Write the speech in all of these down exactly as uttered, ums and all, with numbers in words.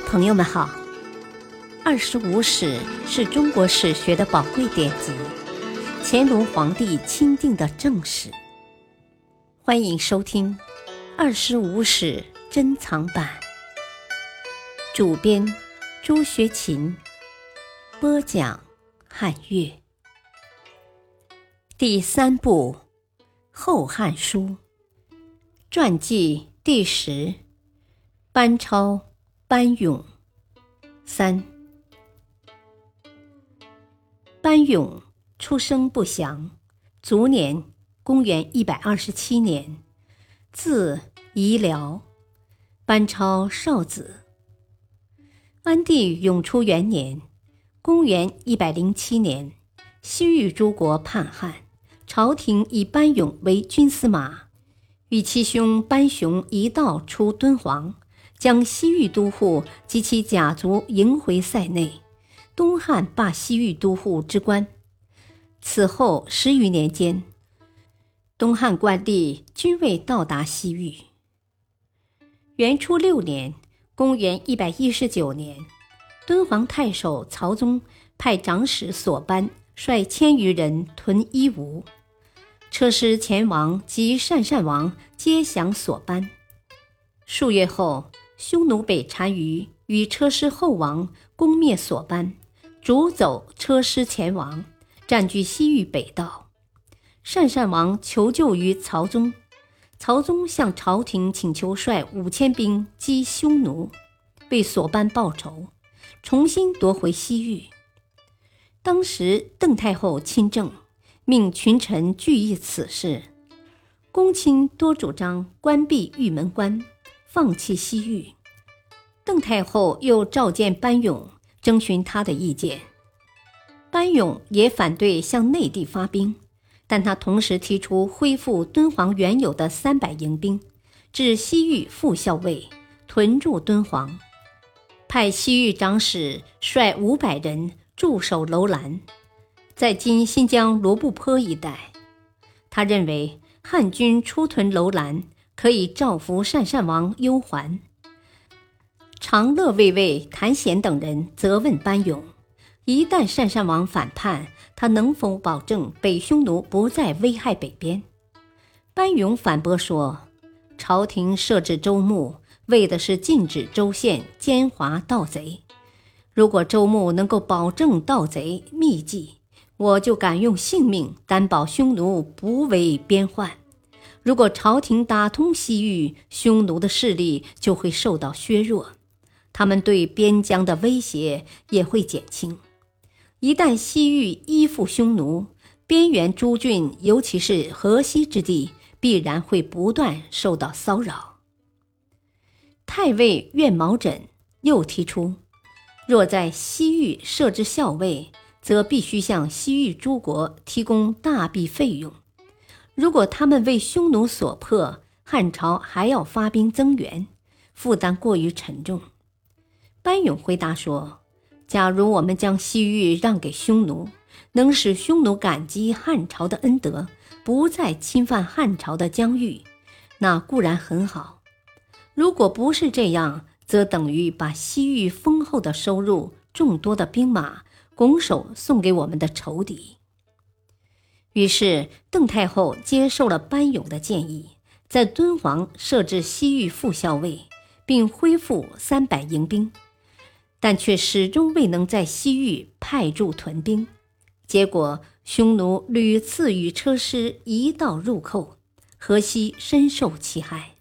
朋友们好，二十五史是中国史学的宝贵典籍，乾隆皇帝钦定的正史。欢迎收听二十五史珍藏版，主编朱学勤，播讲汉乐。第三部《后汉书》传记第十，班超、班永。三。班永出生不详，卒年公元一百二十七年，字夷辽，班超少子。安帝永初元年，公元一百零七年，西域诸国叛汉，朝廷以班永为军司马，与其兄班雄一道出敦煌，将西域都护及其甲族迎回塞内，东汉罢西域都护之官。此后十余年间，东汉官吏均未到达西域。元初六年，公元一百一十九年，敦煌太守曹宗派长史索班率千余人屯伊吾，车师前王及鄯善王皆降索班。数月后，匈奴北单于与车师后王攻灭索班，逐走车师前王，占据西域北道。鄯善王求救于曹宗，曹宗向朝廷请求率五千兵击匈奴，为索班报仇，重新夺回西域。当时邓太后亲政，命群臣聚议此事，公卿多主张关闭玉门关，放弃西域。邓太后又召见班永，征询他的意见。班永也反对向内地发兵，但他同时提出恢复敦煌原有的三百营兵，至西域副校尉，屯驻敦煌，派西域长史率五百人驻守楼兰，在今新疆罗布泊一带。他认为汉军出屯楼兰，可以召服鄯善王忧还。长乐卫尉谭显等人责问班永，一旦鄯善王反叛，他能否保证北匈奴不再危害北边？班永反驳说，朝廷设置州牧，为的是禁止州县奸猾盗贼。如果州牧能够保证盗贼秘籍，我就敢用性命担保匈奴不为边患。如果朝廷打通西域，匈奴的势力就会受到削弱，他们对边疆的威胁也会减轻。一旦西域依附匈奴，边缘诸郡，尤其是河西之地，必然会不断受到骚扰。太尉苑毛枕又提出，若在西域设置校尉，则必须向西域诸国提供大笔费用。如果他们为匈奴所迫，汉朝还要发兵增援，负担过于沉重。班永回答说，假如我们将西域让给匈奴，能使匈奴感激汉朝的恩德，不再侵犯汉朝的疆域，那固然很好。如果不是这样，则等于把西域丰厚的收入、众多的兵马拱手送给我们的仇敌。于是邓太后接受了班永的建议，在敦煌设置西域副校尉，并恢复三百营兵，但却始终未能在西域派驻屯兵。结果匈奴屡次与车师一道入寇，河西深受其害。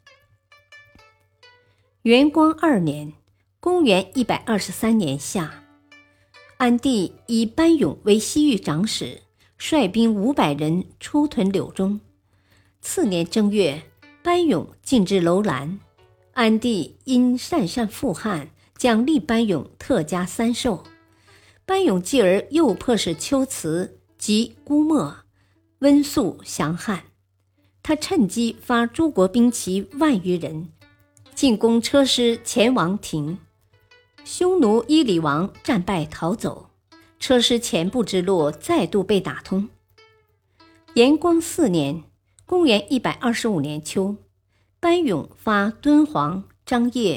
元光二年，公元一百二十三年夏，安帝以班永为西域长史，率兵五百人出屯柳中。次年正月，班永进至楼兰，安帝因鄯善负汉，奖励班永特加三授。班永继而又迫使龟兹及姑墨、温宿降汉，他趁机发诸国兵骑万余人，进攻车师前王庭。匈奴伊里王战败逃走，车师前部之路再度被打通。延光四年，公元一百二十五年秋，班永发敦煌、张掖、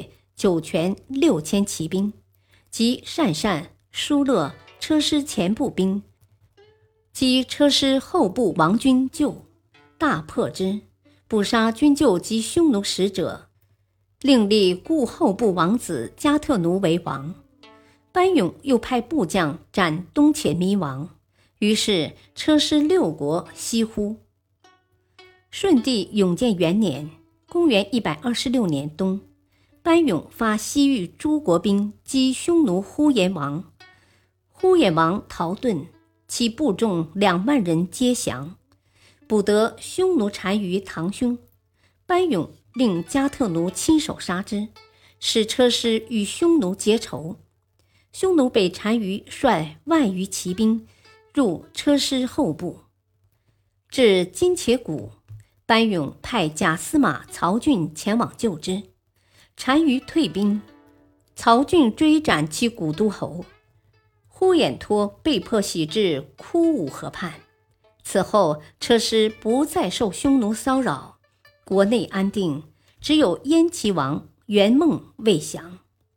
酒泉六千骑兵，及鄯善、疏勒车师前部兵，击车师后部王军救，大破之，捕杀军救及匈奴使者，另立故后部王子加特奴为王。班勇又派部将斩东且弥王，于是车师六国西呼。顺帝永建元年，公元一百二十六年冬，班勇发西域诸国兵击匈奴呼延王，呼延王逃遁，其部众两万人皆降，捕得匈奴单于堂兄。班勇令加特奴亲手杀之，使车师与匈奴结仇。匈奴北单于率万余骑兵入车师后部，至金且谷，班勇派假司马曹俊前往救之，单于退兵，曹俊追斩其古都侯，呼延托被迫徙至枯武河畔。此后车师不再受匈奴骚扰，国内安定，只有燕齐王元梦未降。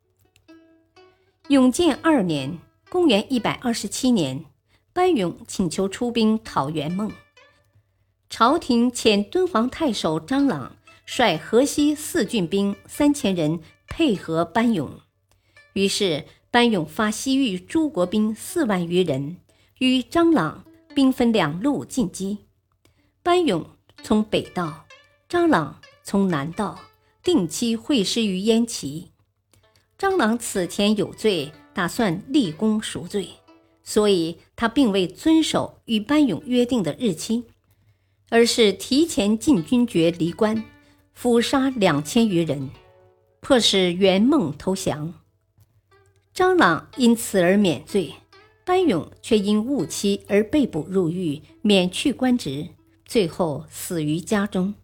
永建二年，公元一百二十七年，班勇请求出兵讨元梦。朝廷遣敦煌太守张朗率河西四郡兵三千人配合班勇，于是班勇发西域诸国兵四万余人，与张朗兵分两路进击。班勇从北道，张朗从南道，定期会师于燕齐。张朗此前有罪，打算立功赎罪，所以他并未遵守与班勇约定的日期，而是提前进军爵离关，俘杀两千余人，迫使元梦投降。张朗因此而免罪，班勇却因误期而被捕入狱，免去官职，最后死于家中。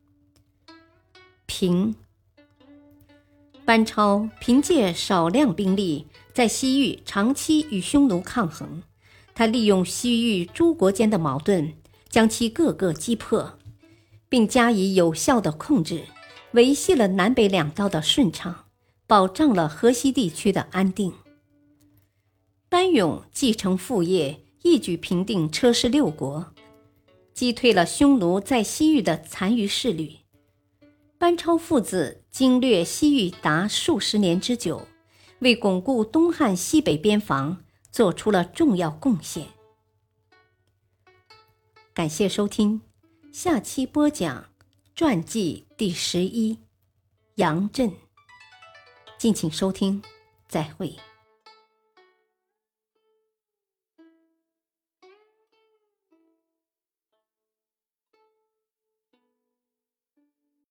平班超凭借少量兵力，在西域长期与匈奴抗衡，他利用西域诸国间的矛盾，将其各个击破，并加以有效的控制，维系了南北两道的顺畅，保障了河西地区的安定。班勇继承父业，一举平定车师六国，击退了匈奴在西域的残余势力。班超父子经略西域达数十年之久，为巩固东汉西北边防做出了重要贡献。感谢收听，下期播讲传记第十一，杨震。敬请收听，再会。